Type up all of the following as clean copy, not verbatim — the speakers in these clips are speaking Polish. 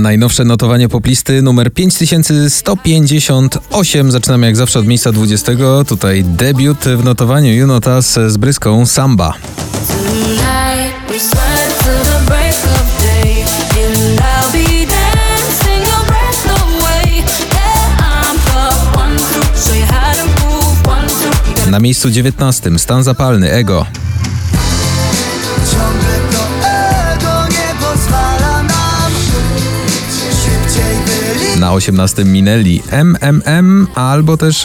Najnowsze notowanie poplisty numer 5158. Zaczynamy jak zawsze od miejsca 20. Tutaj debiut w notowaniu Junotas z Bryską Samba. Na miejscu 19. Stan zapalny Ego. Na 18. Minelli MMM albo też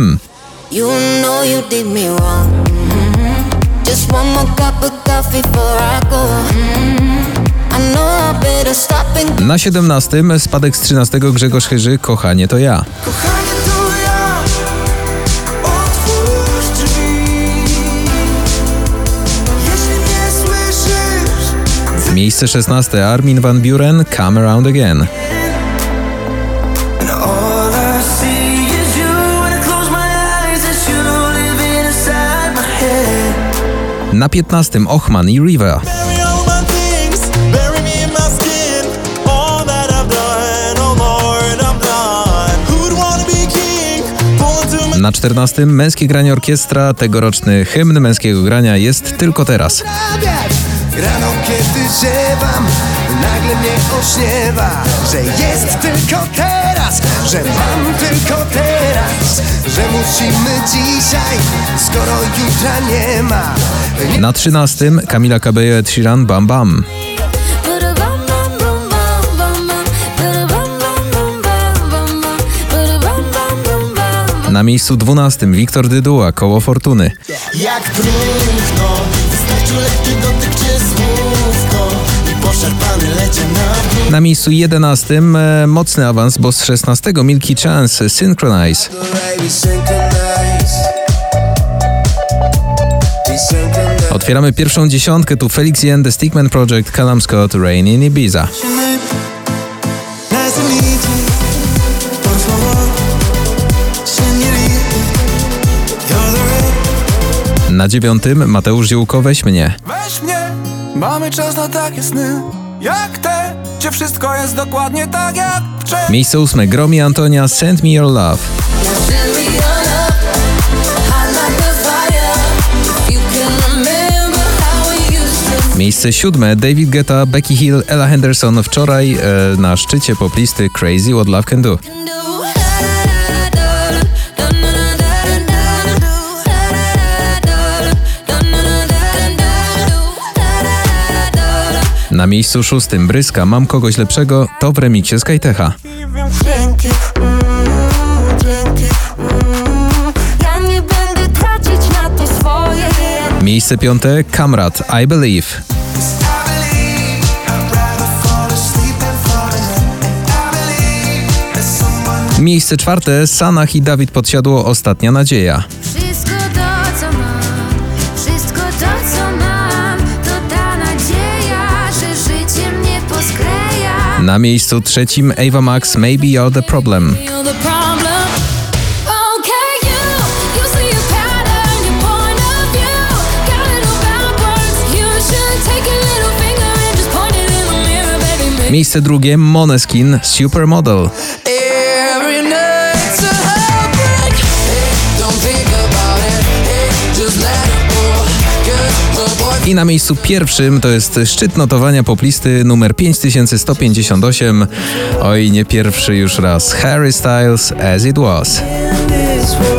Na 17. Spadek z 13. Grzegorz Chyży Kochanie to ja. Miejsce 16. Armin van Buuren Come Around Again. Na 15. Ochman i Riva. Na 14. Męskie granie orkiestra. Tegoroczny hymn męskiego grania jest Tylko teraz. Rano kiedy ziewam, nagle mnie ośniewa, że jest tylko teraz, że mam tylko teraz, że musimy dzisiaj, skoro jutra nie ma. Na 13. Camila Cabello, Ed Sheeran Bam Bam. Na miejscu 12. Wiktor Dyduła Koło Fortuny. Jak próchno, wystarczy lekki dotyk czy słówko i poszarpany lecie na dół. Na miejscu 11. Mocny awans, bo z 16. Milky Chance Synchronize. Otwieramy pierwszą dziesiątkę, tu Felix Yen, The Stickman Project, Callum Scott, Rain in Ibiza. Na 9. Mateusz Ziółko Weź mnie. Weź mnie, mamy czas na takie sny, jak te, gdzie wszystko jest dokładnie tak jak wcześniej. Miejsce 8. Gromi Antonia Send Me Your Love. Miejsce 7. David Guetta, Becky Hill, Ella Henderson. Wczoraj na szczycie poplisty Crazy What Love Can Do. Na miejscu 6. Bryska Mam kogoś lepszego, to w remiksie Skytecha. Miejsce 5. Kamrat I Believe. Miejsce 4. Sanach i Dawid Podsiadło Ostatnia nadzieja. Na miejscu 3. Ava Max Maybe You're the Problem. Miejsce 2. Måneskin Supermodel. I na miejscu 1. to jest szczyt notowania poplisty numer 5158. Oj, nie pierwszy już raz. Harry Styles As It Was.